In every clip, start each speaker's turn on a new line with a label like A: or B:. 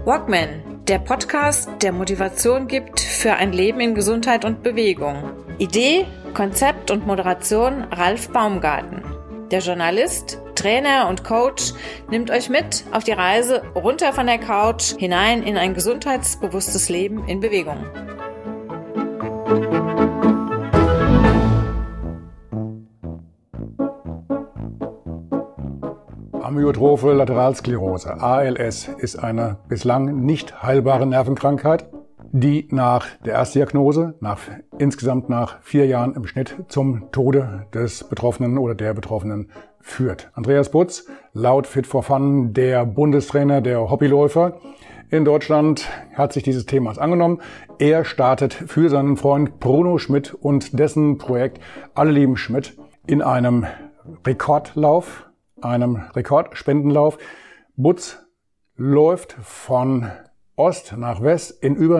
A: Walkman, der Podcast, der Motivation gibt für ein Leben in Gesundheit und Bewegung. Idee, Konzept und Moderation Ralf Baumgarten. Der Journalist, Trainer und Coach nimmt euch mit auf die Reise runter von der Couch hinein in ein gesundheitsbewusstes Leben in Bewegung.
B: Amyotrophe Lateralsklerose, ALS, ist eine bislang nicht heilbare Nervenkrankheit, die nach der Erstdiagnose, insgesamt nach 4 Jahren im Schnitt, zum Tode des Betroffenen oder der Betroffenen führt. Andreas Butz, laut Fit for Fun der Bundestrainer der Hobbyläufer in Deutschland, hat sich dieses Themas angenommen. Er startet für seinen Freund Bruno Schmidt und dessen Projekt Alle lieben Schmidt in einem Rekordlauf, einem Rekordspendenlauf. Butz läuft von Ost nach West in über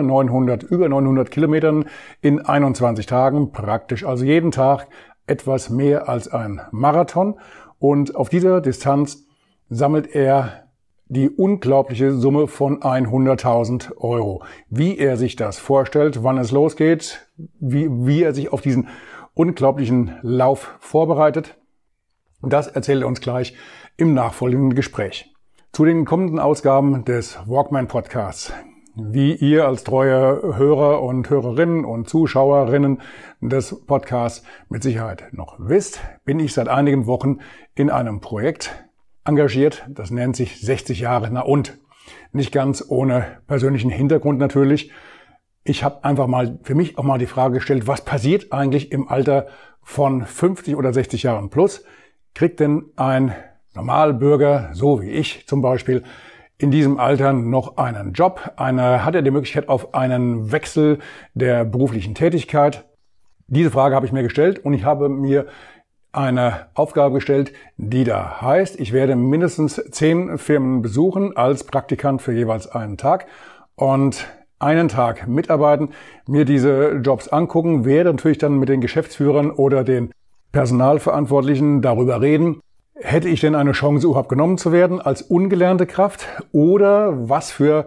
B: 900 Kilometern in 21 Tagen, praktisch also jeden Tag etwas mehr als ein Marathon. Und auf dieser Distanz sammelt er die unglaubliche Summe von 100.000 Euro. Wie er sich das vorstellt, wann es losgeht, wie er sich auf diesen unglaublichen Lauf vorbereitet, das erzählt er uns gleich im nachfolgenden Gespräch. Zu den kommenden Ausgaben des Walkman Podcasts. Wie ihr als treue Hörer und Hörerinnen und Zuschauerinnen des Podcasts mit Sicherheit noch wisst, bin ich seit einigen Wochen in einem Projekt engagiert. Das nennt sich 60 Jahre na und. Nicht ganz ohne persönlichen Hintergrund natürlich. Ich habe einfach mal für mich auch mal die Frage gestellt, was passiert eigentlich im Alter von 50 oder 60 Jahren plus? Kriegt denn ein Normalbürger, so wie ich zum Beispiel, in diesem Alter noch einen Job? Hat er die Möglichkeit auf einen Wechsel der beruflichen Tätigkeit? Diese Frage habe ich mir gestellt und ich habe mir eine Aufgabe gestellt, die da heißt, ich werde mindestens 10 Firmen besuchen als Praktikant für jeweils einen Tag und einen Tag mitarbeiten, mir diese Jobs angucken, werde natürlich dann mit den Geschäftsführern oder den Personalverantwortlichen darüber reden, hätte ich denn eine Chance, überhaupt genommen zu werden als ungelernte Kraft oder was für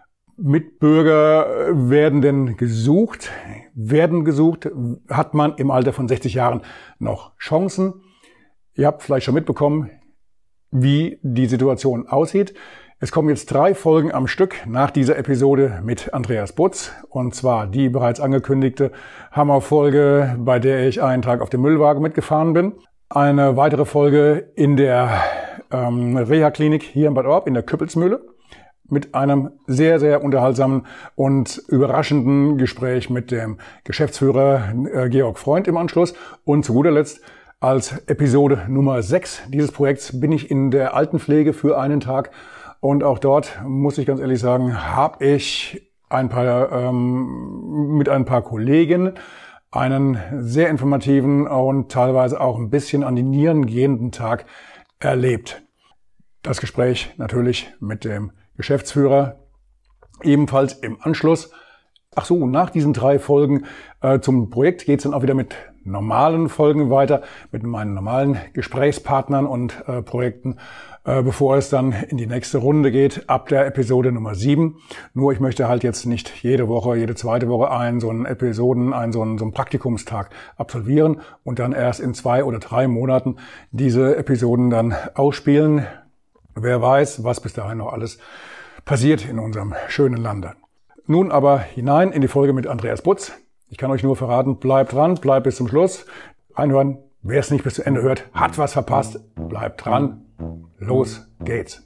B: Mitbürger werden gesucht, hat man im Alter von 60 Jahren noch Chancen? Ihr habt vielleicht schon mitbekommen, wie die Situation aussieht. Es kommen jetzt 3 Folgen am Stück nach dieser Episode mit Andreas Butz. Und zwar die bereits angekündigte Hammerfolge, bei der ich einen Tag auf dem Müllwagen mitgefahren bin. Eine weitere Folge in der Reha-Klinik hier in Bad Orb, in der Küppelsmühle, mit einem sehr, sehr unterhaltsamen und überraschenden Gespräch mit dem Geschäftsführer Georg Freund im Anschluss. Und zu guter Letzt als Episode Nummer 6 dieses Projekts bin ich in der Altenpflege für einen Tag. Und auch dort, muss ich ganz ehrlich sagen, habe ich mit ein paar Kollegen einen sehr informativen und teilweise auch ein bisschen an die Nieren gehenden Tag erlebt. Das Gespräch natürlich mit dem Geschäftsführer ebenfalls im Anschluss. Ach so, nach diesen 3 Folgen zum Projekt geht es dann auch wieder mit normalen Folgen weiter, mit meinen normalen Gesprächspartnern und Projekten, bevor es dann in die nächste Runde geht, ab der Episode Nummer 7. Nur ich möchte halt jetzt nicht jede Woche, jede zweite Woche so einen Praktikumstag absolvieren und dann erst in 2 oder 3 Monaten diese Episoden dann ausspielen. Wer weiß, was bis dahin noch alles passiert in unserem schönen Lande. Nun aber hinein in die Folge mit Andreas Butz. Ich kann euch nur verraten, bleibt dran, bleibt bis zum Schluss. Reinhören, wer es nicht bis zu Ende hört, hat was verpasst. Bleibt dran, los geht's.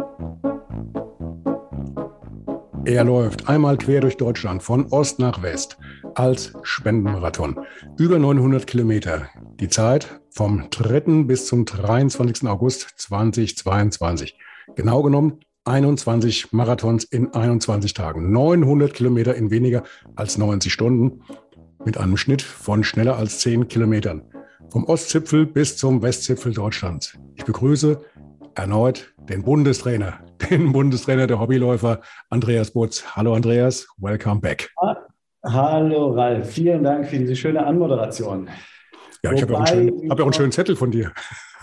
B: Er läuft einmal quer durch Deutschland von Ost nach West als Spendenmarathon. Über 900 Kilometer. Die Zeit vom 3. bis zum 23. August 2022. Genau genommen 21 Marathons in 21 Tagen. 900 Kilometer in weniger als 90 Stunden mit einem Schnitt von schneller als 10 Kilometern. Vom Ostzipfel bis zum Westzipfel Deutschlands. Ich begrüße erneut den Bundestrainer der Hobbyläufer, Andreas Butz. Hallo Andreas, welcome back.
C: Hallo Ralf, vielen Dank für diese schöne Anmoderation.
B: Ja, ich habe ja auch einen schönen Zettel von dir.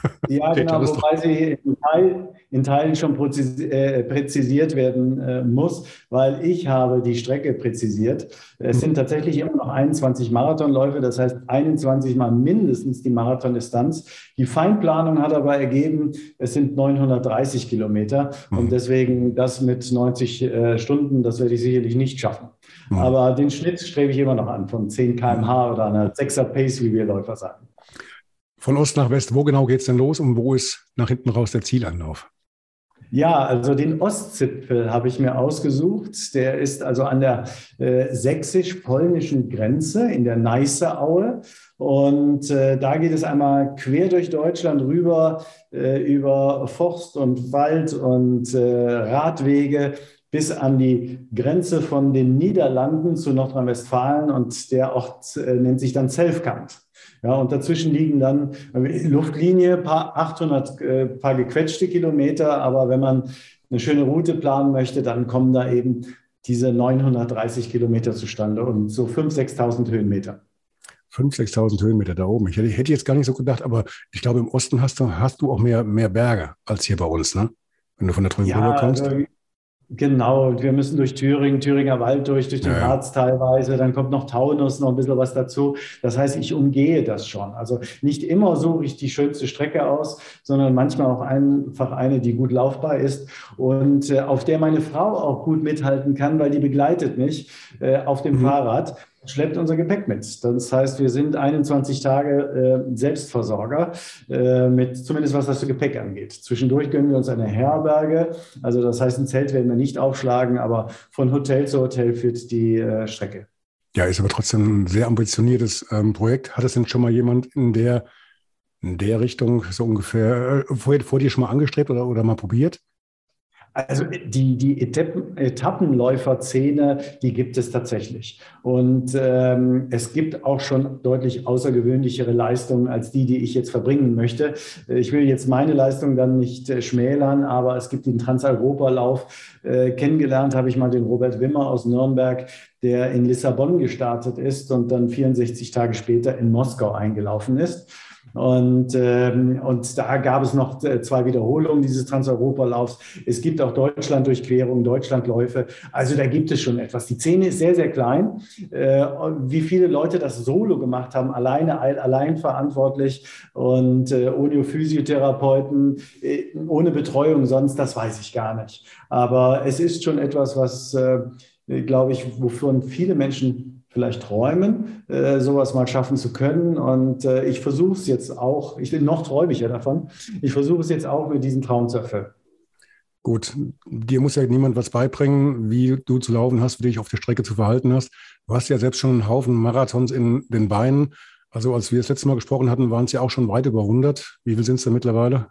B: Ja, genau, wobei sie in Teilen schon präzisiert werden muss, weil ich habe die Strecke präzisiert. Es sind tatsächlich immer noch 21 Marathonläufe, das heißt 21 mal mindestens die Marathondistanz. Die Feinplanung hat aber ergeben, es sind 930 Kilometer und deswegen das mit 90 Stunden, das werde ich sicherlich nicht schaffen. Aber den Schnitt strebe ich immer noch an von 10 km/h oder einer 6er Pace, wie wir Läufer sagen.
C: Von Ost nach West, wo genau geht es denn los und wo ist nach hinten raus der Zielanlauf?
B: Ja, also den Ostzipfel habe ich mir ausgesucht. Der ist also an der sächsisch-polnischen Grenze in der Neiße-Aue. Und da geht es einmal quer durch Deutschland rüber, über Forst und Wald und Radwege bis an die Grenze von den Niederlanden zu Nordrhein-Westfalen. Und der Ort nennt sich dann Selfkant. Ja, und dazwischen liegen dann Luftlinie, paar 800, paar gequetschte Kilometer. Aber wenn man eine schöne Route planen möchte, dann kommen da eben diese 930 Kilometer zustande und so 5.000, 6.000 Höhenmeter.
C: 5.000, 6.000 Höhenmeter da oben. Ich hätte jetzt gar nicht so gedacht, aber ich glaube, im Osten hast du auch mehr Berge als hier bei uns, ne? Wenn du von der drüben rüber kommst.
B: Genau, wir müssen durch Thüringer Wald durch den Harz teilweise, dann kommt noch Taunus, noch ein bisschen was dazu. Das heißt, ich umgehe das schon. Also nicht immer suche ich die schönste Strecke aus, sondern manchmal auch einfach eine, die gut laufbar ist und auf der meine Frau auch gut mithalten kann, weil die begleitet mich auf dem Fahrrad. Schleppt unser Gepäck mit. Das heißt, wir sind 21 Tage Selbstversorger, zumindest was das Gepäck angeht. Zwischendurch gönnen wir uns eine Herberge. Also das heißt, ein Zelt werden wir nicht aufschlagen, aber von Hotel zu Hotel führt die Strecke.
C: Ja, ist aber trotzdem ein sehr ambitioniertes Projekt. Hat es denn schon mal jemand in der Richtung so ungefähr vor dir schon mal angestrebt oder mal probiert?
B: Also die Etappenläufer-Szene, die gibt es tatsächlich. Und es gibt auch schon deutlich außergewöhnlichere Leistungen als die ich jetzt verbringen möchte. Ich will jetzt meine Leistung dann nicht schmälern, aber es gibt den Transeuropalauf. Kennengelernt habe ich mal den Robert Wimmer aus Nürnberg, der in Lissabon gestartet ist und dann 64 Tage später in Moskau eingelaufen ist. Und da gab es noch 2 Wiederholungen dieses Transeuropalaufs. Es gibt auch Deutschlanddurchquerungen, Deutschlandläufe. Also da gibt es schon etwas. Die Szene ist sehr, sehr klein. Wie viele Leute das solo gemacht haben, allein verantwortlich und ohne Physiotherapeuten, ohne Betreuung sonst, das weiß ich gar nicht. Aber es ist schon etwas, was, glaube ich, wovon viele Menschen vielleicht träumen, sowas mal schaffen zu können. Und ich versuche es jetzt auch, noch träume ich ja davon, ich versuche es jetzt auch mit diesem Traum zu erfüllen.
C: Gut, dir muss ja niemand was beibringen, wie du zu laufen hast, wie du dich auf der Strecke zu verhalten hast. Du hast ja selbst schon einen Haufen Marathons in den Beinen. Also als wir das letzte Mal gesprochen hatten, waren es ja auch schon weit über 100. Wie viel sind es denn mittlerweile?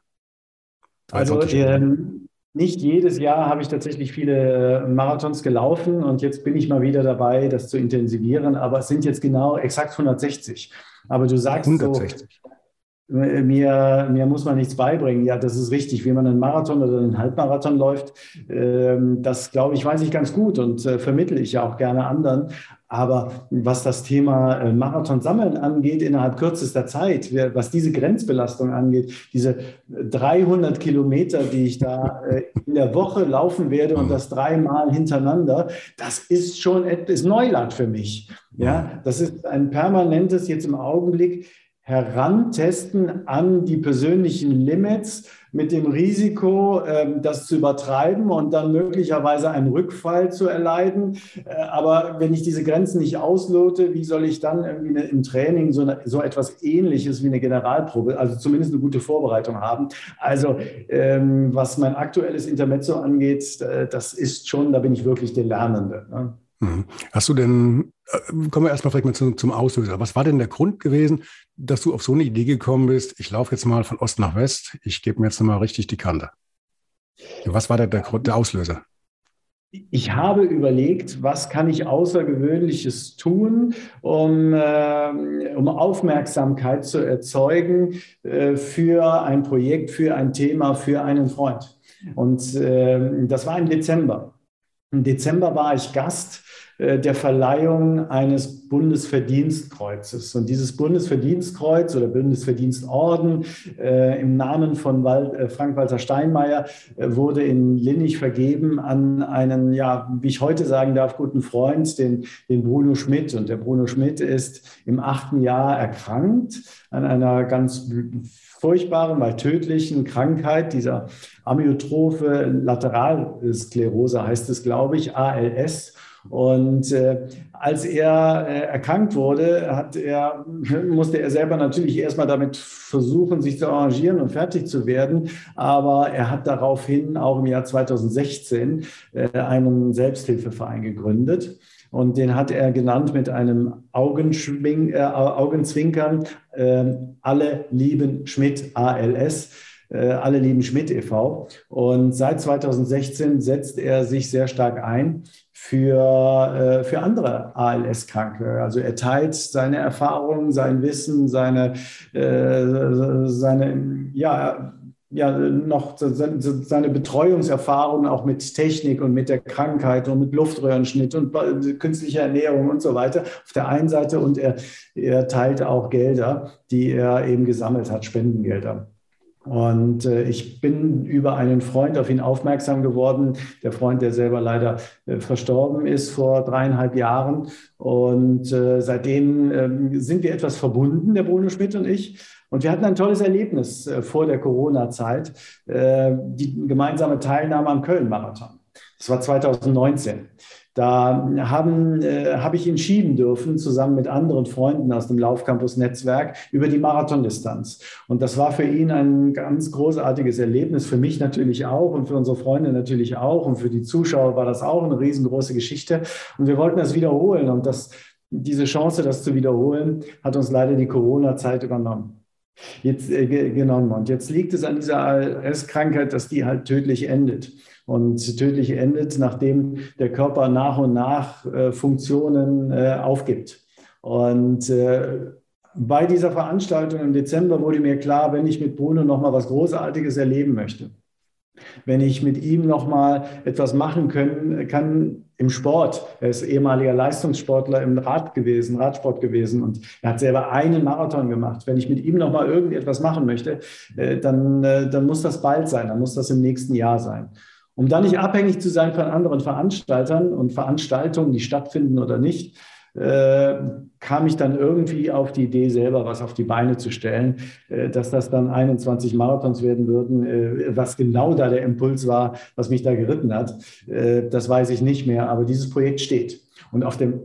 B: Also nicht jedes Jahr habe ich tatsächlich viele Marathons gelaufen und jetzt bin ich mal wieder dabei, das zu intensivieren. Aber es sind jetzt genau exakt 160. Aber du sagst 160. So, mir muss man nichts beibringen. Ja, das ist richtig. Wie man einen Marathon oder einen Halbmarathon läuft, das, glaube ich, weiß ich ganz gut und vermittle ich ja auch gerne anderen. Aber was das Thema Marathon-Sammeln angeht, innerhalb kürzester Zeit, was diese Grenzbelastung angeht, diese 300 Kilometer, die ich da in der Woche laufen werde und das 3-mal hintereinander, das ist schon etwas Neuland für mich. Ja, das ist ein permanentes, jetzt im Augenblick, Herantesten an die persönlichen Limits mit dem Risiko, das zu übertreiben und dann möglicherweise einen Rückfall zu erleiden. Aber wenn ich diese Grenzen nicht auslote, wie soll ich dann irgendwie im Training so etwas Ähnliches wie eine Generalprobe, also zumindest eine gute Vorbereitung haben? Also was mein aktuelles Intermezzo angeht, das ist schon, da bin ich wirklich der Lernende. Ne?
C: Hast du denn, kommen wir erstmal vielleicht mal zum Auslöser. Was war denn der Grund gewesen, dass du auf so eine Idee gekommen bist, ich laufe jetzt mal von Ost nach West, ich gebe mir jetzt mal richtig die Kante? Was war der Auslöser?
B: Ich habe überlegt, was kann ich Außergewöhnliches tun, um Aufmerksamkeit zu erzeugen für ein Projekt, für ein Thema, für einen Freund. Und das war im Dezember. Im Dezember war ich Gast
D: der Verleihung eines Bundesverdienstkreuzes. Und dieses Bundesverdienstkreuz oder Bundesverdienstorden im Namen von Frank-Walter Steinmeier wurde in Linnich vergeben an einen, ja, wie ich heute sagen darf, guten Freund, den Bruno Schmidt. Und der Bruno Schmidt ist im 8. Jahr erkrankt an einer ganz furchtbaren, weil tödlichen Krankheit, dieser amyotrophe Lateralsklerose heißt es, glaube ich, ALS. Und als er erkrankt wurde, musste er selber natürlich erstmal damit versuchen, sich zu arrangieren und fertig zu werden. Aber er hat daraufhin auch im Jahr 2016 einen Selbsthilfeverein gegründet. Und den hat er genannt mit einem Augenzwinkern, alle lieben Schmidt, ALS. Alle lieben Schmidt e.V. Und seit 2016 setzt er sich sehr stark ein für andere ALS-Kranke. Also er teilt seine Erfahrungen, sein Wissen, seine Betreuungserfahrung auch mit Technik und mit der Krankheit und mit Luftröhrenschnitt und künstlicher Ernährung und so weiter auf der einen Seite. Und er teilt auch Gelder, die er eben gesammelt hat, Spendengelder. Und ich bin über einen Freund auf ihn aufmerksam geworden, der Freund, der selber leider verstorben ist vor 3,5 Jahren. Und seitdem sind wir etwas verbunden, der Bruno Schmidt und ich. Und wir hatten ein tolles Erlebnis vor der Corona-Zeit, die gemeinsame Teilnahme am Köln-Marathon. Das war 2019. Da habe ich ihn schieben dürfen, zusammen mit anderen Freunden aus dem Laufcampus-Netzwerk über die Marathondistanz. Und das war für ihn ein ganz großartiges Erlebnis, für mich natürlich auch und für unsere Freunde natürlich auch. Und für die Zuschauer war das auch eine riesengroße Geschichte. Und wir wollten das wiederholen. Und diese Chance, das zu wiederholen, hat uns leider die Corona-Zeit genommen. Und jetzt liegt es an dieser ALS-Krankheit, dass die halt tödlich endet. Und tödlich endet, nachdem der Körper nach und nach Funktionen aufgibt. Und bei dieser Veranstaltung im Dezember wurde mir klar, wenn ich mit Bruno nochmal was Großartiges erleben möchte, wenn ich mit ihm nochmal etwas machen kann im Sport. Er ist ehemaliger Leistungssportler im Radsport gewesen und er hat selber einen Marathon gemacht. Wenn ich mit ihm nochmal irgendetwas machen möchte, dann muss das bald sein, dann muss das im nächsten Jahr sein. Um dann nicht abhängig zu sein von anderen Veranstaltern und Veranstaltungen, die stattfinden oder nicht, kam ich dann irgendwie auf die Idee, selber was auf die Beine zu stellen, dass das dann 21 Marathons werden würden. Was genau da der Impuls war, was mich da geritten hat, das weiß ich nicht mehr, aber dieses Projekt steht. Und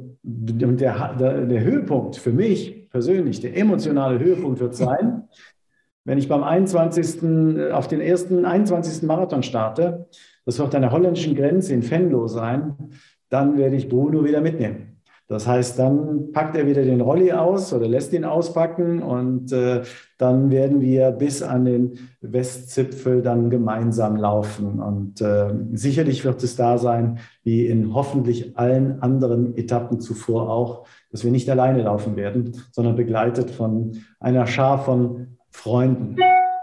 D: der Höhepunkt für mich persönlich, der emotionale Höhepunkt wird sein, wenn ich auf den ersten 21. Marathon starte. Das wird an der holländischen Grenze in Venlo sein, dann werde ich Bruno wieder mitnehmen. Das heißt, dann packt er wieder den Rolli aus oder lässt ihn auspacken und dann werden wir bis an den Westzipfel dann gemeinsam laufen. Und sicherlich wird es da sein, wie in hoffentlich allen anderen Etappen zuvor auch, dass wir nicht alleine laufen werden, sondern begleitet von einer Schar von Freunden.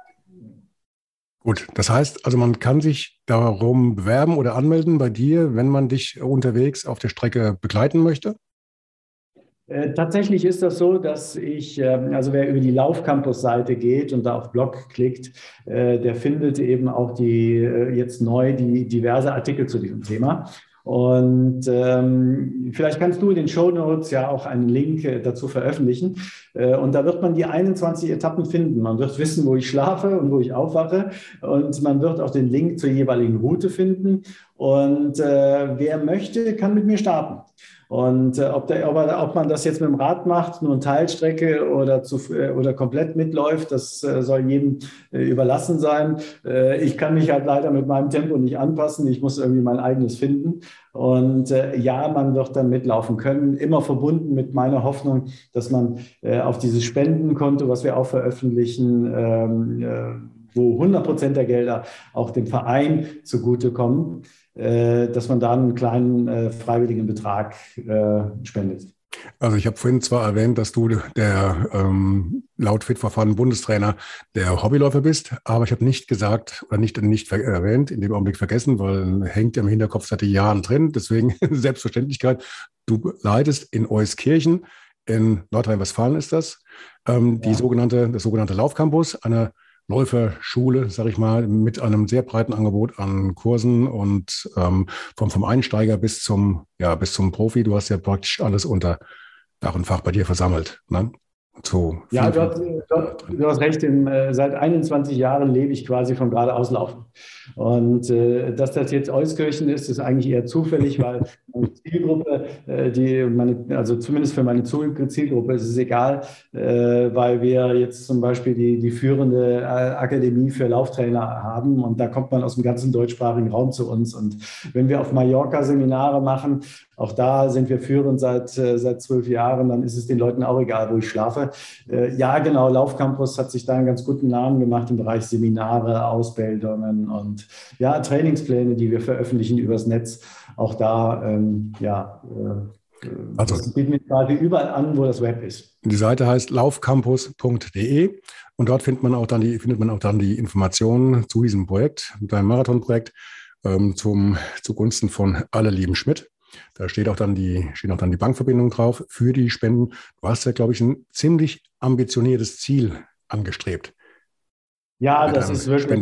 C: Gut, das heißt, also man kann sich darum bewerben oder anmelden bei dir, wenn man dich unterwegs auf der Strecke begleiten möchte?
D: Tatsächlich ist das so, dass also wer über die Laufcampus-Seite geht und da auf Blog klickt, der findet eben auch jetzt neu die diverse Artikel zu diesem Thema. Und vielleicht kannst du in den Shownotes ja auch einen Link dazu veröffentlichen. Und da wird man die 21 Etappen finden. Man wird wissen, wo ich schlafe und wo ich aufwache. Und man wird auch den Link zur jeweiligen Route finden. Und wer möchte, kann mit mir starten. Und ob man das jetzt mit dem Rad macht, nur eine Teilstrecke oder komplett mitläuft, das soll jedem überlassen sein. Ich kann mich halt leider mit meinem Tempo nicht anpassen. Ich muss irgendwie mein eigenes finden. Und ja, man wird dann mitlaufen können, immer verbunden mit meiner Hoffnung, dass man auf dieses Spendenkonto, was wir auch veröffentlichen, wo 100% der Gelder auch dem Verein zugutekommen, dass man da einen kleinen freiwilligen Betrag spendet.
C: Also ich habe vorhin zwar erwähnt, dass du der laut Fit-Verfahren Bundestrainer der Hobbyläufer bist, aber ich habe nicht gesagt oder nicht erwähnt, in dem Augenblick vergessen, weil hängt ja im Hinterkopf seit Jahren drin. Deswegen Selbstverständlichkeit. Du leitest in Euskirchen, in Nordrhein-Westfalen ist das, das sogenannte Laufcampus, eine Läuferschule, sage ich mal, mit einem sehr breiten Angebot an Kursen und vom Einsteiger bis zum Profi. Du hast ja praktisch alles unter Dach und Fach bei dir versammelt. Ne?
D: Ja, du hast recht. Seit 21 Jahren lebe ich quasi vom geradeauslaufen. Und dass das jetzt Euskirchen ist, ist eigentlich eher zufällig, weil meine Zielgruppe, also zumindest für meine Zielgruppe ist es egal, weil wir jetzt zum Beispiel die führende Akademie für Lauftrainer haben und da kommt man aus dem ganzen deutschsprachigen Raum zu uns. Und wenn wir auf Mallorca Seminare machen, auch da sind wir führend seit 12 Jahren, dann ist es den Leuten auch egal, wo ich schlafe. Ja, genau, Laufcampus hat sich da einen ganz guten Namen gemacht im Bereich Seminare, Ausbildungen und ja, Trainingspläne, die wir veröffentlichen übers Netz. Auch da, das bieten wir quasi überall an, wo das Web ist.
C: Die Seite heißt laufcampus.de und dort findet man auch dann die Informationen zu diesem Projekt, deinem Marathonprojekt, zugunsten von Alle lieben Schmidt. Da stehen auch dann die Bankverbindungen drauf für die Spenden. Du hast ja, glaube ich, ein ziemlich ambitioniertes Ziel angestrebt.
D: Ja, das ist wirklich,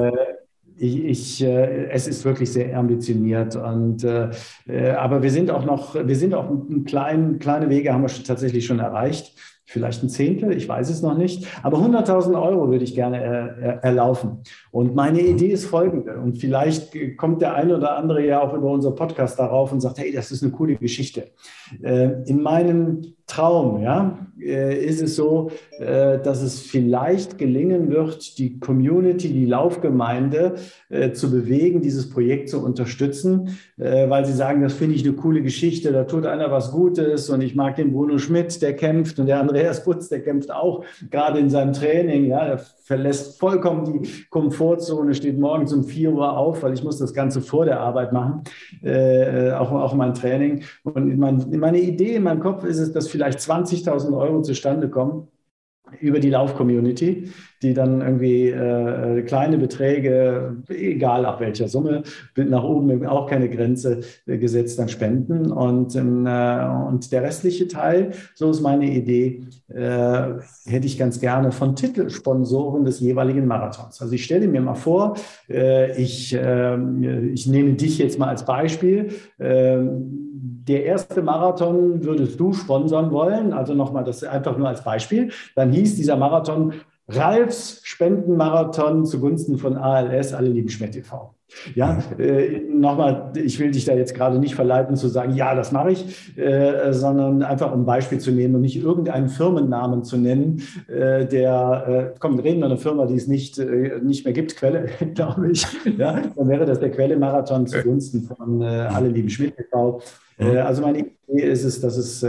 D: es ist wirklich sehr ambitioniert. Aber wir sind auch kleine Wege haben wir tatsächlich schon erreicht. Vielleicht ein Zehntel, ich weiß es noch nicht. Aber 100.000 Euro würde ich gerne erlaufen. Und meine Idee ist folgende. Und vielleicht kommt der eine oder andere ja auch über unser Podcast darauf und sagt, hey, das ist eine coole Geschichte. In meinem Traum, ist es so, dass es vielleicht gelingen wird, die Community, die Laufgemeinde zu bewegen, dieses Projekt zu unterstützen, weil sie sagen, das finde ich eine coole Geschichte, da tut einer was Gutes und ich mag den Bruno Schmidt, der kämpft und der Andreas Putz, der kämpft auch gerade in seinem Training, der verlässt vollkommen die Komfortzone, steht morgens um 4 Uhr auf, weil ich muss das Ganze vor der Arbeit machen, auch mein Training. Und meine Idee in meinem Kopf ist es, dass vielleicht 20.000 Euro zustande kommen über die Lauf-Community, die dann irgendwie kleine Beträge, egal ab welcher Summe, nach oben auch keine Grenze gesetzt, dann spenden. Und der restliche Teil, so ist meine Idee, hätte ich ganz gerne von Titelsponsoren des jeweiligen Marathons. Also ich stelle mir mal vor, ich nehme dich jetzt mal als Beispiel. Der erste Marathon würdest du sponsern wollen, also nochmal das einfach nur als Beispiel. Dann hieß dieser Marathon Ralfs Spendenmarathon zugunsten von ALS, Alle lieben Schmidt e.V. Ja, nochmal, ich will dich da jetzt gerade nicht verleiten zu sagen, ja, das mache ich, sondern einfach um ein Beispiel zu nehmen und nicht irgendeinen Firmennamen zu nennen, reden wir eine Firma, die es nicht mehr gibt, Quelle, glaube ich. Ja, dann wäre das der Quelle-Marathon zugunsten von Alle lieben Schmidt e.V. Also meine Idee ist es, dass es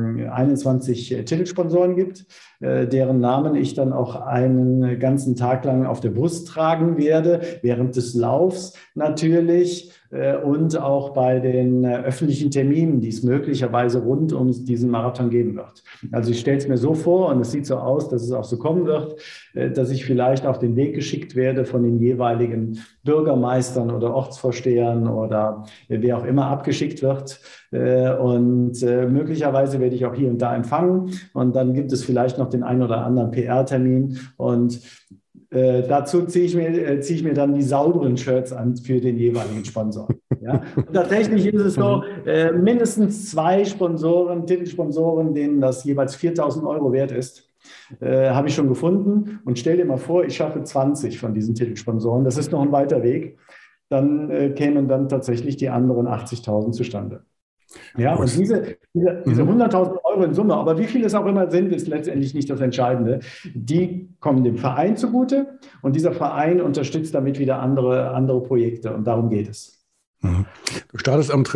D: 21 Titelsponsoren gibt, deren Namen ich dann auch einen ganzen Tag lang auf der Brust tragen werde, während des Laufs natürlich und auch bei den öffentlichen Terminen, die es möglicherweise rund um diesen Marathon geben wird. Also ich stelle es mir so vor und es sieht so aus, dass es auch so kommen wird, dass ich vielleicht auf den Weg geschickt werde von den jeweiligen Bürgermeistern oder Ortsvorstehern oder wer auch immer abgeschickt wird. Und möglicherweise werde ich auch hier und da empfangen und dann gibt es vielleicht noch den einen oder anderen PR-Termin und dazu ziehe ich mir dann die sauberen Shirts an für den jeweiligen Sponsor. Ja? Und tatsächlich ist es so, mindestens 2 Titelsponsoren, denen das jeweils 4.000 Euro wert ist, habe ich schon gefunden. Und stell dir mal vor, ich schaffe 20 von diesen Titelsponsoren. Das ist noch ein weiter Weg. Dann kämen dann tatsächlich die anderen 80.000 zustande. Ja, und diese 100.000 Euro in Summe, aber wie viel es auch immer sind, ist letztendlich nicht das Entscheidende. Die kommen dem Verein zugute und dieser Verein unterstützt damit wieder andere Projekte und darum geht es.
C: Du startest am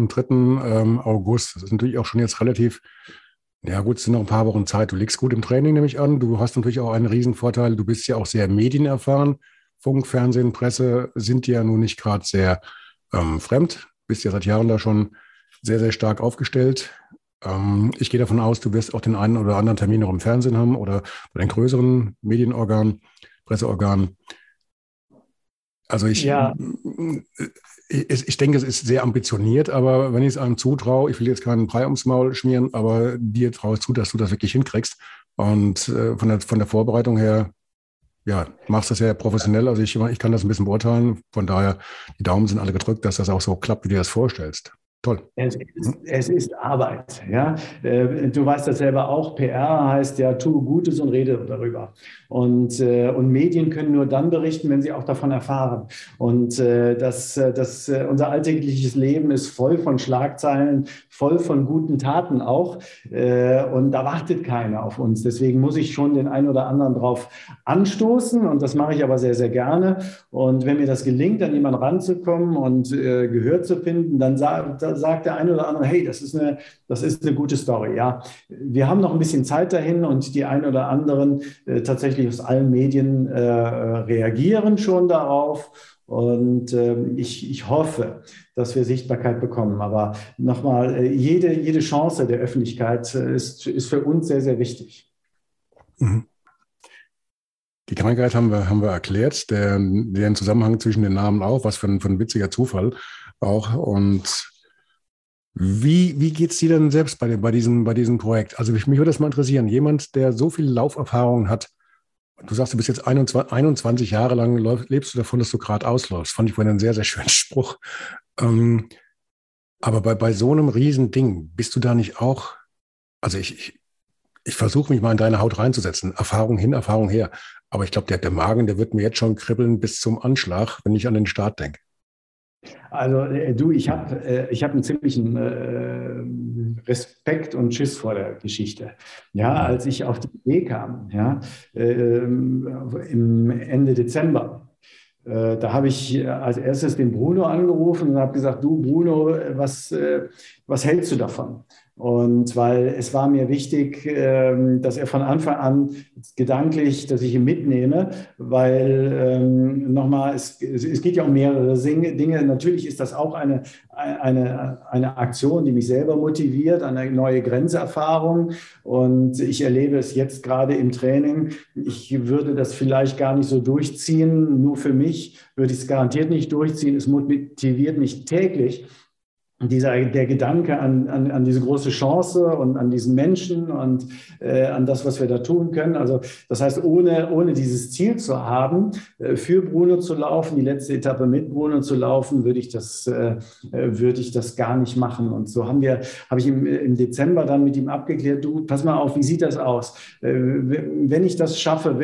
C: 3. August. Das ist natürlich auch schon jetzt relativ, ja gut, es sind noch ein paar Wochen Zeit. Du liegst gut im Training, nehme ich an. Du hast natürlich auch einen Riesenvorteil. Du bist ja auch sehr medienerfahren. Funk, Fernsehen, Presse sind dir ja nun nicht gerade sehr fremd. Bist ja seit Jahren da schon sehr, sehr stark aufgestellt. Ich gehe davon aus, du wirst auch den einen oder anderen Termin noch im Fernsehen haben oder bei den größeren Medienorganen, Presseorganen. Also ich denke, es ist sehr ambitioniert, aber wenn ich es einem zutraue, ich will jetzt keinen Brei ums Maul schmieren, aber dir traue ich zu, dass du das wirklich hinkriegst. Und von der Vorbereitung her, ja, machst das sehr professionell. Also ich kann das ein bisschen beurteilen. Von daher, die Daumen sind alle gedrückt, dass das auch so klappt, wie du dir das vorstellst. Toll.
D: Es ist Arbeit. Ja? Du weißt das selber auch. PR heißt ja, tue Gutes und rede darüber. Und Medien können nur dann berichten, wenn sie auch davon erfahren. Und unser alltägliches Leben ist voll von Schlagzeilen, voll von guten Taten auch. Und da wartet keiner auf uns. Deswegen muss ich schon den einen oder anderen drauf anstoßen. Und das mache ich aber sehr, sehr gerne. Und wenn mir das gelingt, an jemanden ranzukommen und Gehör zu finden, dann sagt der eine oder andere, hey, das ist eine gute Story. Ja, wir haben noch ein bisschen Zeit dahin und die einen oder anderen tatsächlich aus allen Medien reagieren schon darauf. Und ich hoffe, dass wir Sichtbarkeit bekommen. Aber nochmal, jede Chance der Öffentlichkeit ist für uns sehr, sehr wichtig.
C: Mhm. Die Krankheit haben wir erklärt, den Zusammenhang zwischen den Namen auch, was für ein witziger Zufall auch. Und wie geht es dir denn selbst bei diesem Projekt? Also mich würde das mal interessieren. Jemand, der so viel Lauferfahrung hat, du sagst, du bist jetzt 21 Jahre lang, lebst du davon, dass du gerade ausläufst. Fand ich vorhin einen sehr, sehr schönen Spruch. Aber bei so einem Riesending, bist du da nicht auch, also ich versuche mich mal in deine Haut reinzusetzen, Erfahrung hin, Erfahrung her. Aber ich glaube, der Magen, der wird mir jetzt schon kribbeln bis zum Anschlag, wenn ich an den Start denke.
D: Also ich habe einen ziemlichen Respekt und Schiss vor der Geschichte. Ja, als ich auf die Idee kam, ja, im Ende Dezember, da habe ich als erstes den Bruno angerufen und habe gesagt, du Bruno, was hältst du davon? Und weil es war mir wichtig, dass er von Anfang an gedanklich, dass ich ihn mitnehme, weil nochmal, es geht ja um mehrere Dinge. Natürlich ist das auch eine Aktion, die mich selber motiviert, eine neue Grenzerfahrung. Und ich erlebe es jetzt gerade im Training. Ich würde das vielleicht gar nicht so durchziehen. Nur für mich würde ich es garantiert nicht durchziehen. Es motiviert mich täglich. Der Gedanke an diese große Chance und an diesen Menschen und an das, was wir da tun können. Also das heißt, ohne dieses Ziel zu haben, für Bruno zu laufen, die letzte Etappe mit Bruno zu laufen, würde ich das gar nicht machen. Und so habe ich im Dezember dann mit ihm abgeklärt, du, pass mal auf, wie sieht das aus? Wenn ich das schaffe,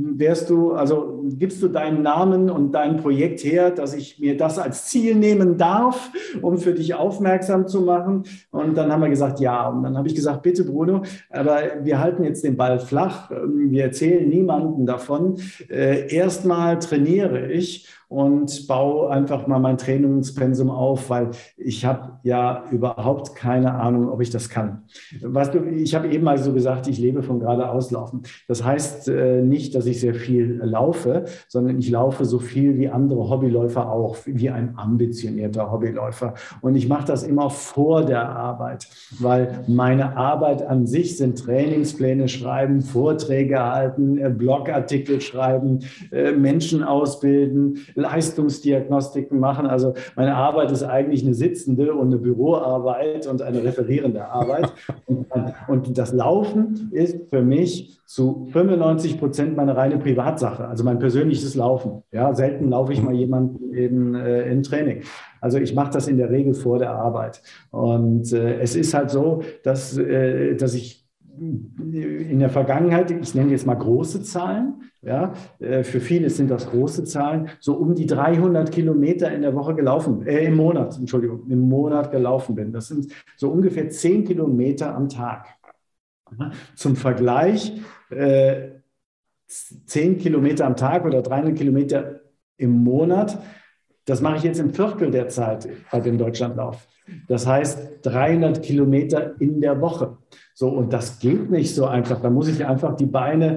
D: gibst du deinen Namen und dein Projekt her, dass ich mir das als Ziel nehmen darf, um für dich aufmerksam zu machen. Und dann haben wir gesagt, ja. Und dann habe ich gesagt, bitte Bruno, aber wir halten jetzt den Ball flach. Wir erzählen niemandem davon. Erstmal trainiere ich und baue einfach mal mein Trainingspensum auf, weil ich habe ja überhaupt keine Ahnung, ob ich das kann. Weißt du, ich habe eben mal so gesagt, ich lebe von geradeauslaufen. Das heißt nicht, dass ich sehr viel laufe, sondern ich laufe so viel wie andere Hobbyläufer auch, wie ein ambitionierter Hobbyläufer. Und ich mache das immer vor der Arbeit, weil meine Arbeit an sich sind Trainingspläne schreiben, Vorträge halten, Blogartikel schreiben, Menschen ausbilden, Leistungsdiagnostiken machen. Also meine Arbeit ist eigentlich eine sitzende und eine Büroarbeit und eine referierende Arbeit. Und das Laufen ist für mich zu 95% meine reine Privatsache, also mein persönliches Laufen. Ja, selten laufe ich mal jemanden eben im Training. Also ich mache das in der Regel vor der Arbeit. Und es ist halt so, dass ich in der Vergangenheit, ich nenne jetzt mal große Zahlen, ja, für viele sind das große Zahlen, so um die 300 Kilometer in der Woche im Monat gelaufen bin. Das sind so ungefähr 10 Kilometer am Tag. Zum Vergleich, 10 Kilometer am Tag oder 300 Kilometer im Monat, das mache ich jetzt im Viertel der Zeit bei dem Deutschlandlauf. Das heißt 300 Kilometer in der Woche. So, und das geht nicht so einfach. Da muss ich einfach die Beine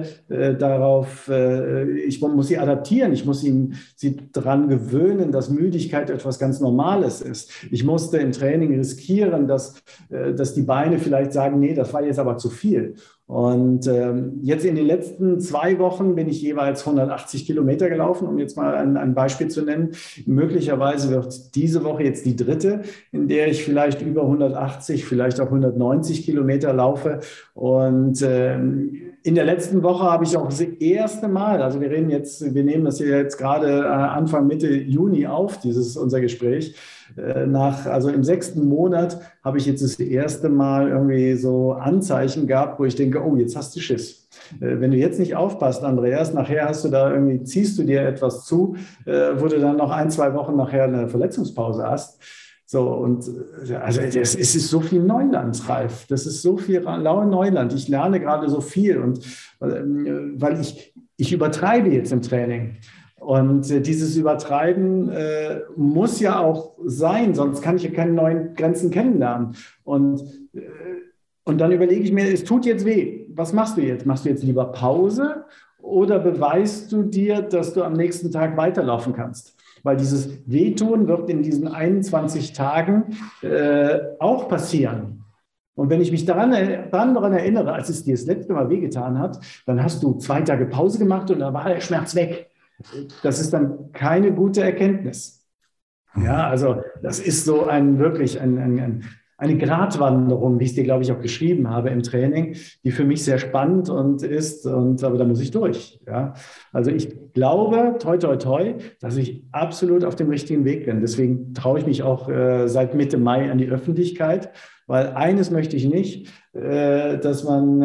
D: ich muss sie adaptieren. Ich muss sie daran gewöhnen, dass Müdigkeit etwas ganz Normales ist. Ich musste im Training riskieren, dass die Beine vielleicht sagen, nee, das war jetzt aber zu viel. Und jetzt in den letzten 2 Wochen bin ich jeweils 180 Kilometer gelaufen, um jetzt mal ein Beispiel zu nennen. Möglicherweise wird diese Woche jetzt die 3., in der ich vielleicht über 180, vielleicht auch 190 Kilometer laufe. Und in der letzten Woche habe ich auch das erste Mal, also wir nehmen das hier jetzt gerade Anfang Mitte Juni auf, unser Gespräch. Also im 6. Monat habe ich jetzt das erste Mal irgendwie so Anzeichen gehabt, wo ich denke, oh, jetzt hast du Schiss. Wenn du jetzt nicht aufpasst, Andreas, nachher ziehst du dir etwas zu, wo du dann noch 1-2 Wochen nachher eine Verletzungspause hast. So, und also es ist so viel Neuland, Ralf. Das ist so viel Neuland. Ich lerne gerade so viel und weil ich übertreibe jetzt im Training. Und dieses Übertreiben muss ja auch sein, sonst kann ich ja keine neuen Grenzen kennenlernen. Und dann überlege ich mir, es tut jetzt weh. Was machst du jetzt? Machst du jetzt lieber Pause oder beweist du dir, dass du am nächsten Tag weiterlaufen kannst? Weil dieses Wehtun wird in diesen 21 Tagen auch passieren. Und wenn ich mich daran erinnere, als es dir das letzte Mal wehgetan hat, dann hast du 2 Tage Pause gemacht und dann war der Schmerz weg. Das ist dann keine gute Erkenntnis. Ja, also das ist so wirklich eine Gratwanderung, wie ich es dir, glaube ich, auch geschrieben habe im Training, die für mich sehr spannend aber da muss ich durch. Ja. Also ich glaube, toi, toi, toi, dass ich absolut auf dem richtigen Weg bin. Deswegen traue ich mich auch seit Mitte Mai an die Öffentlichkeit, weil eines möchte ich nicht, dass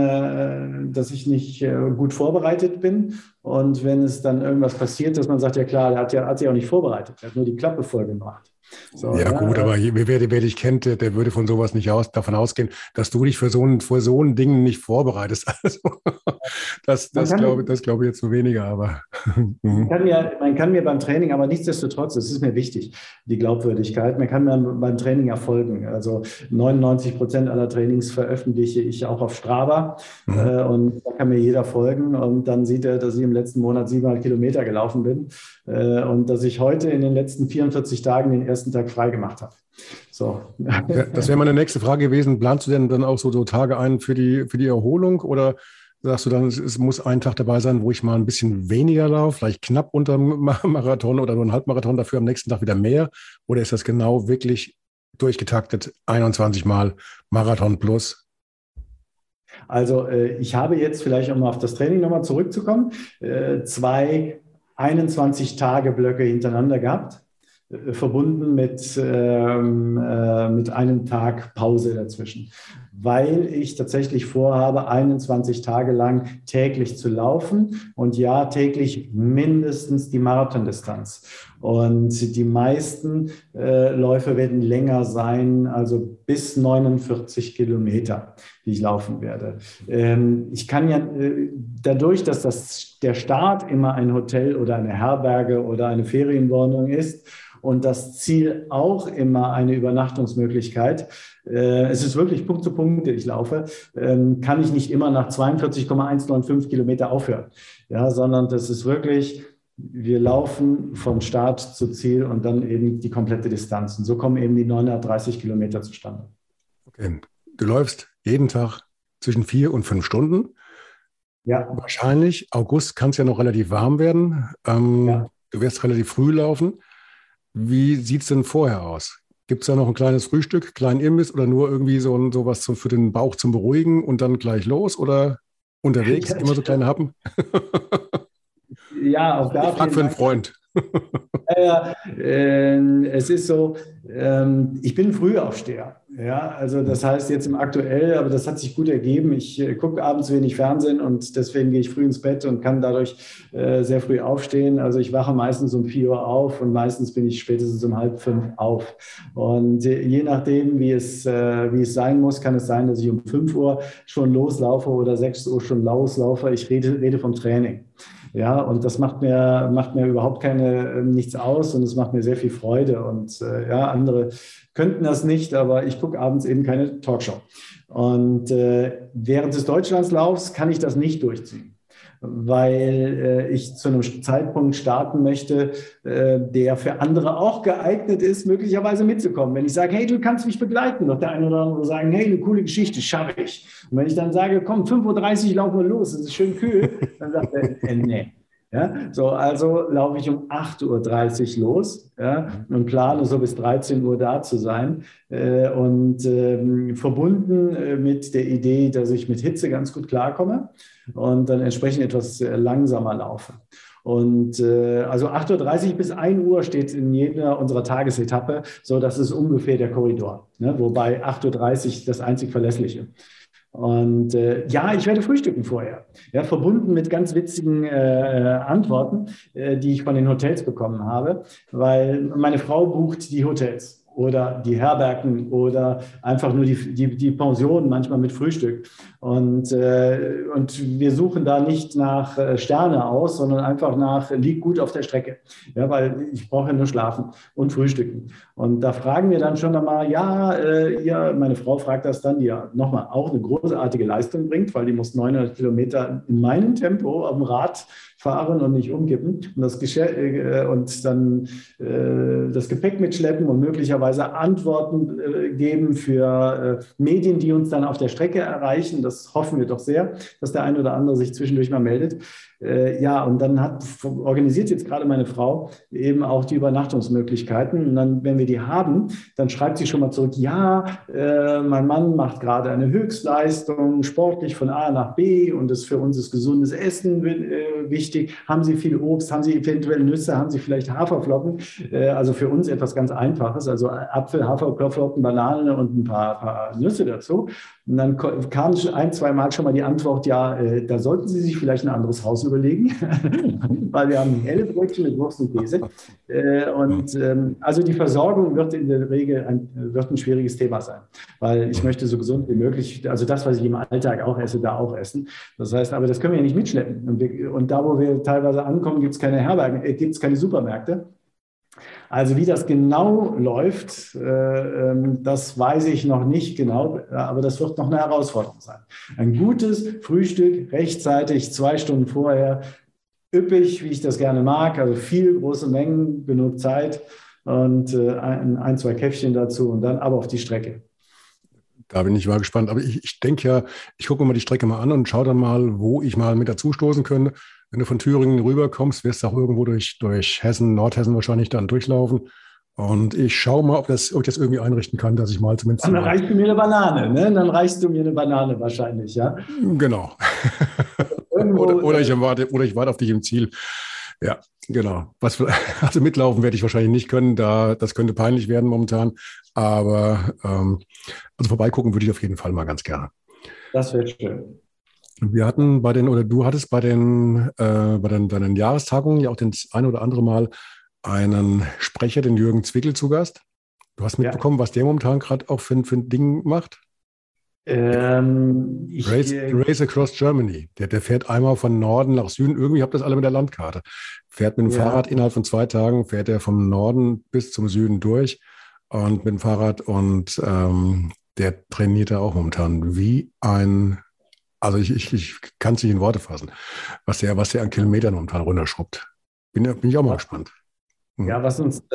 D: ich nicht gut vorbereitet bin. Und wenn es dann irgendwas passiert, dass man sagt, ja klar, der hat sich auch nicht vorbereitet, er hat nur die Klappe voll gemacht. So,
C: ja, gut, aber wer dich kennt, der würde von sowas nicht davon ausgehen, dass du dich für so ein Ding nicht vorbereitest. Also, das glaube ich jetzt so weniger, aber.
D: Man kann mir beim Training, aber nichtsdestotrotz, das ist mir wichtig, die Glaubwürdigkeit, man kann mir beim Training folgen. Also 99% aller Trainings veröffentliche ich auch auf Strava und da kann mir jeder folgen und dann sieht er, dass ich im letzten Monat 700 Kilometer gelaufen bin und dass ich heute in den letzten 44 Tagen den ersten Tag frei gemacht habe. So.
C: Ja, das wäre meine nächste Frage gewesen. Planst du denn dann auch so Tage ein für die Erholung oder sagst du dann, es muss ein Tag dabei sein, wo ich mal ein bisschen weniger laufe, vielleicht knapp unter dem Marathon oder nur ein Halbmarathon, dafür am nächsten Tag wieder mehr? Oder ist das genau wirklich durchgetaktet, 21 Mal Marathon plus?
D: Also ich habe jetzt vielleicht, um auf das Training nochmal zurückzukommen, 2 21-Tage-Blöcke hintereinander gehabt, verbunden mit einem Tag Pause dazwischen, weil ich tatsächlich vorhabe, 21 Tage lang täglich zu laufen und ja, täglich mindestens die Marathondistanz. Und die meisten Läufe werden länger sein, also bis 49 Kilometer, die ich laufen werde. Ich kann ja dadurch, dass der Start immer ein Hotel oder eine Herberge oder eine Ferienwohnung ist, und das Ziel auch immer eine Übernachtungsmöglichkeit. Es ist wirklich Punkt zu Punkt, ich laufe, kann ich nicht immer nach 42,195 Kilometer aufhören, ja, sondern das ist wirklich, wir laufen von Start zu Ziel und dann eben die komplette Distanz. Und so kommen eben die 930 Kilometer zustande.
C: Okay. Du läufst jeden Tag zwischen 4 und 5 Stunden. Ja. Wahrscheinlich, August kann es ja noch relativ warm werden. Ja. Du wirst relativ früh laufen. Wie sieht es denn vorher aus? Gibt es da noch ein kleines Frühstück, kleinen Imbiss oder nur irgendwie sowas für den Bauch zum Beruhigen und dann gleich los oder unterwegs, immer so kleine Happen?
D: Ja, auch da.
C: Ich frage für einen Freund.
D: Es ist so, ich bin Frühaufsteher. Ja, also das heißt jetzt im Aktuell, aber das hat sich gut ergeben. Ich gucke abends wenig Fernsehen und deswegen gehe ich früh ins Bett und kann dadurch sehr früh aufstehen. Also ich wache meistens um 4 Uhr auf und meistens bin ich spätestens um 4:30 auf. Und je nachdem, wie es sein muss, kann es sein, dass ich um 5 Uhr schon loslaufe oder 6 Uhr schon loslaufe. Ich rede vom Training. Ja, und das macht mir überhaupt nichts aus und es macht mir sehr viel Freude. Und ja, andere könnten das nicht, aber ich gucke abends eben keine Talkshow. Und während des Deutschlandslaufs kann ich das nicht durchziehen, weil ich zu einem Zeitpunkt starten möchte, der für andere auch geeignet ist, möglicherweise mitzukommen. Wenn ich sage, hey, du kannst mich begleiten, wird der eine oder andere sagen, hey, eine coole Geschichte, schaffe ich. Und wenn ich dann sage, komm, 5:30 Uhr laufen wir los, es ist schön kühl, dann sagt er, nee. Ja, so, also laufe ich um 8:30 Uhr los, ja, und plane so bis 13 Uhr da zu sein verbunden mit der Idee, dass ich mit Hitze ganz gut klarkomme und dann entsprechend etwas langsamer laufe. Und also 8:30 Uhr bis 1 Uhr steht in jeder unserer Tagesetappe, so das ist ungefähr der Korridor, ne? Wobei 8:30 Uhr das einzig Verlässliche. Und ja, ich werde frühstücken vorher, ja, verbunden mit ganz witzigen Antworten, die ich von den Hotels bekommen habe, weil meine Frau bucht die Hotels oder die Herbergen oder einfach nur die Pensionen, manchmal mit Frühstück. Und wir suchen da nicht nach Sterne aus, sondern einfach nach, liegt gut auf der Strecke. Ja, weil ich brauche ja nur schlafen und frühstücken. Und da fragen wir dann schon einmal, ja, meine Frau fragt das dann, die ja nochmal auch eine großartige Leistung bringt, weil die muss 900 Kilometer in meinem Tempo auf dem Rad fahren und nicht umkippen und dann das Gepäck mitschleppen und möglicherweise Antworten geben für Medien, die uns dann auf der Strecke erreichen. Das hoffen wir doch sehr, dass der ein oder andere sich zwischendurch mal meldet. Ja, und dann organisiert jetzt gerade meine Frau eben auch die Übernachtungsmöglichkeiten. Und dann, wenn wir die haben, dann schreibt sie schon mal zurück, ja, mein Mann macht gerade eine Höchstleistung, sportlich von A nach B und für uns ist gesundes Essen wichtig. Haben Sie viel Obst, haben Sie eventuell Nüsse, haben Sie vielleicht Haferflocken? Also für uns etwas ganz Einfaches, also Apfel, Haferflocken, Banane und ein paar Nüsse dazu. Und dann kam 1-2 Mal schon mal die Antwort, ja, da sollten Sie sich vielleicht ein anderes Haus überlegen, weil wir haben helle Brötchen mit Wurst und Käse. Also die Versorgung wird in der Regel ein schwieriges Thema sein, weil ich möchte so gesund wie möglich, also das, was ich im Alltag auch esse, da auch essen. Das heißt, aber das können wir ja nicht mitschleppen. Und da, wo wir teilweise ankommen, gibt es keine Herbergen, gibt es keine Supermärkte. Also wie das genau läuft, das weiß ich noch nicht genau, aber das wird noch eine Herausforderung sein. Ein gutes Frühstück rechtzeitig, 2 Stunden vorher, üppig, wie ich das gerne mag, also viel große Mengen, genug Zeit und 1-2 Käffchen dazu und dann aber auf die Strecke.
C: Da bin ich mal gespannt. Aber ich denke ja, ich gucke mir mal die Strecke mal an und schaue dann mal, wo ich mal mit dazustoßen könnte. Wenn du von Thüringen rüberkommst, wirst du auch irgendwo durch Hessen, Nordhessen wahrscheinlich dann durchlaufen. Und ich schaue mal, ob ich das irgendwie einrichten kann, dass ich mal zumindest...
D: Dann reichst du mir eine Banane, ne? Dann reichst du mir eine Banane wahrscheinlich, ja?
C: Genau. oder ich warte auf dich im Ziel. Ja, genau. Also mitlaufen werde ich wahrscheinlich nicht können, das könnte peinlich werden momentan. Aber also vorbeigucken würde ich auf jeden Fall mal ganz gerne.
D: Das wäre schön.
C: Wir hatten du hattest bei deinen Jahrestagungen ja auch das ein oder andere Mal einen Sprecher, den Jürgen Zwickel, zu Gast. Du hast mitbekommen, was der momentan gerade auch für ein Ding macht? Race Across Germany. Der fährt einmal von Norden nach Süden. Irgendwie habt ihr das alle mit der Landkarte. Fährt mit dem Fahrrad innerhalb von 2 Tagen, fährt er vom Norden bis zum Süden durch und mit dem Fahrrad und der trainiert da auch momentan wie also ich kann es nicht in Worte fassen, was der an Kilometern momentan runterschrubbt. Bin ich auch mal gespannt.
D: Ja, was uns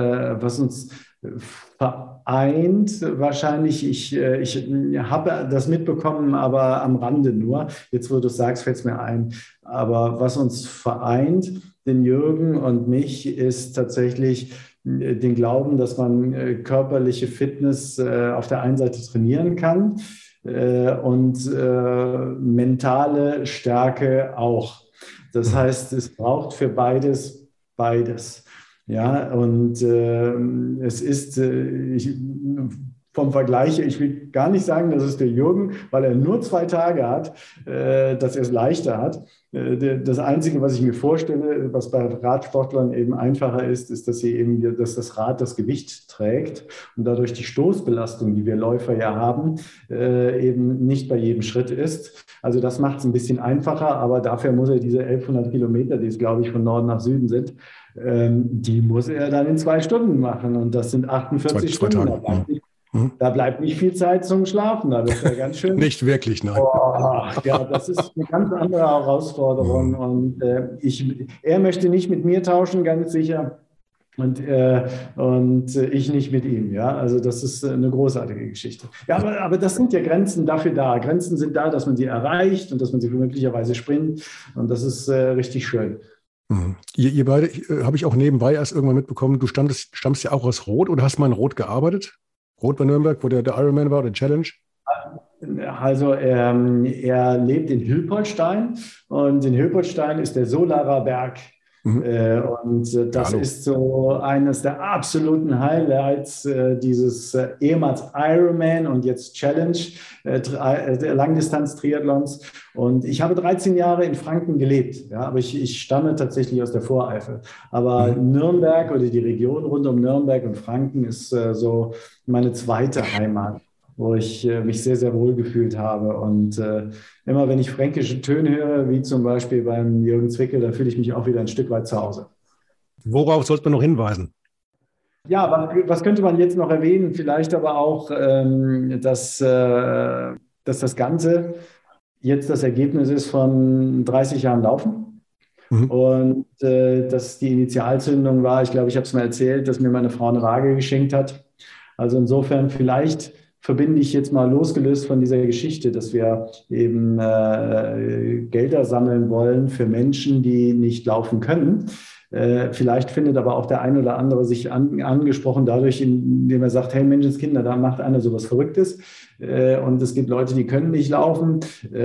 D: vereint, wahrscheinlich, ich habe das mitbekommen, aber am Rande nur. Jetzt, wo du es sagst, fällt es mir ein. Aber was uns vereint, den Jürgen und mich, ist tatsächlich den Glauben, dass man körperliche Fitness auf der einen Seite trainieren kann und mentale Stärke auch. Das heißt, es braucht für beides. Ja, und es ist vom Vergleich, ich will gar nicht sagen, dass es der Jürgen, weil er nur 2 Tage hat, dass er es leichter hat. Das Einzige, was ich mir vorstelle, was bei Radsportlern eben einfacher ist, dass das Rad das Gewicht trägt und dadurch die Stoßbelastung, die wir Läufer ja haben, eben nicht bei jedem Schritt ist. Also das macht es ein bisschen einfacher, aber dafür muss er diese 1100 Kilometer, die es, glaube ich, von Norden nach Süden sind, die muss er dann in 2 Stunden machen und das sind 48 Stunden. Da bleibt nicht viel Zeit zum Schlafen, da wird ja ganz schön.
C: Nicht wirklich, nein.
D: Ja, das ist eine ganz andere Herausforderung. Und er möchte nicht mit mir tauschen, ganz sicher. Und ich nicht mit ihm. Ja, also das ist eine großartige Geschichte. Ja, aber das sind ja Grenzen dafür da. Grenzen sind da, dass man sie erreicht und dass man sie möglicherweise springt. Und das ist richtig schön.
C: Ihr beide, habe ich auch nebenbei erst irgendwann mitbekommen, du stammst ja auch aus Roth oder hast mal in Roth gearbeitet? Roth bei Nürnberg, wo der Ironman war, der Challenge?
D: Also er lebt in Hilpoltstein und in Hilpoltstein ist der Solarer Berg. Und das ist so eines der absoluten Highlights dieses ehemals Ironman und jetzt Challenge Langdistanz-Triathlons. Und ich habe 13 Jahre in Franken gelebt, ja, aber ich stamme tatsächlich aus der Voreifel. Aber Nürnberg oder die Region rund um Nürnberg und Franken ist so meine zweite Heimat, wo ich mich sehr, sehr wohl gefühlt habe. Und immer wenn ich fränkische Töne höre, wie zum Beispiel beim Jürgen Zwickel, dann fühle ich mich auch wieder ein Stück weit zu Hause.
C: Worauf sollte man noch hinweisen?
D: Ja, was könnte man jetzt noch erwähnen? Vielleicht aber auch, dass das Ganze jetzt das Ergebnis ist von 30 Jahren Laufen. Und dass die Initialzündung war, ich glaube, ich habe es mal erzählt, dass mir meine Frau eine Waage geschenkt hat. Also insofern vielleicht verbinde ich jetzt mal losgelöst von dieser Geschichte, dass wir eben Gelder sammeln wollen für Menschen, die nicht laufen können. Vielleicht findet aber auch der ein oder andere sich angesprochen dadurch, indem er sagt, hey Menschenskinder, da macht einer sowas Verrücktes. Und es gibt Leute, die können nicht laufen.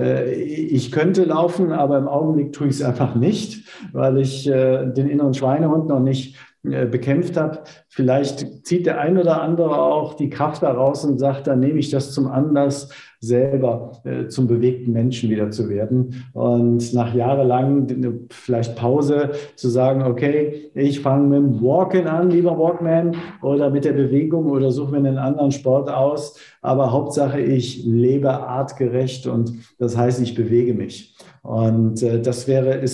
D: Ich könnte laufen, aber im Augenblick tue ich es einfach nicht, weil ich den inneren Schweinehund noch nicht bekämpft habe. Vielleicht zieht der ein oder andere auch die Kraft daraus und sagt, dann nehme ich das zum Anlass, selber zum bewegten Menschen wieder zu werden. Und nach jahrelang vielleicht Pause zu sagen, okay, ich fange mit dem Walken an, lieber Walkman, oder mit der Bewegung oder suche mir einen anderen Sport aus. Aber Hauptsache, ich lebe artgerecht und das heißt, ich bewege mich. Und das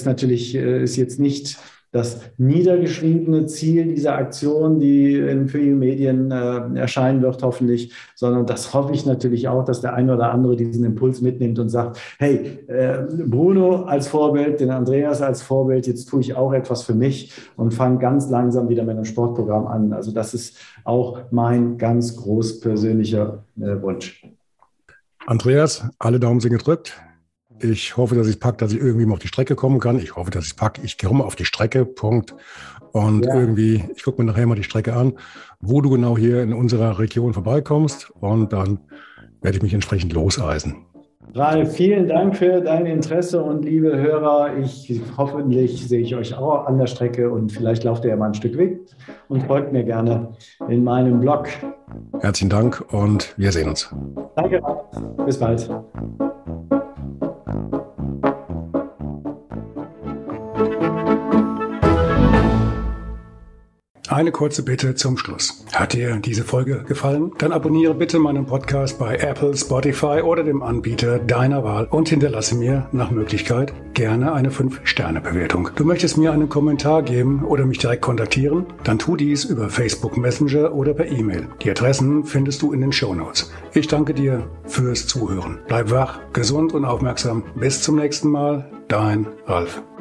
D: ist jetzt nicht das niedergeschriebene Ziel dieser Aktion, die in vielen Medien erscheinen wird, hoffentlich, sondern das hoffe ich natürlich auch, dass der eine oder andere diesen Impuls mitnimmt und sagt, hey, Bruno als Vorbild, den Andreas als Vorbild, jetzt tue ich auch etwas für mich und fange ganz langsam wieder mit einem Sportprogramm an. Also das ist auch mein ganz groß persönlicher Wunsch.
C: Andreas, alle Daumen sind gedrückt. Ich hoffe, dass ich es packe, dass ich irgendwie mal auf die Strecke kommen kann. Ich hoffe, dass ich es packe. Ich gehe mal auf die Strecke, Punkt. Und irgendwie, ich gucke mir nachher mal die Strecke an, wo du genau hier in unserer Region vorbeikommst. Und dann werde ich mich entsprechend loseisen.
D: Ralf, vielen Dank für dein Interesse und liebe Hörer, hoffentlich sehe ich euch auch an der Strecke und vielleicht lauft ihr ja mal ein Stück weg und folgt mir gerne in meinem Blog.
C: Herzlichen Dank und wir sehen uns.
D: Danke, bis bald.
B: Eine kurze Bitte zum Schluss. Hat dir diese Folge gefallen? Dann abonniere bitte meinen Podcast bei Apple, Spotify oder dem Anbieter deiner Wahl und hinterlasse mir nach Möglichkeit gerne eine 5-Sterne-Bewertung. Du möchtest mir einen Kommentar geben oder mich direkt kontaktieren? Dann tu dies über Facebook Messenger oder per E-Mail. Die Adressen findest du in den Shownotes. Ich danke dir fürs Zuhören. Bleib wach, gesund und aufmerksam. Bis zum nächsten Mal. Dein Ralf.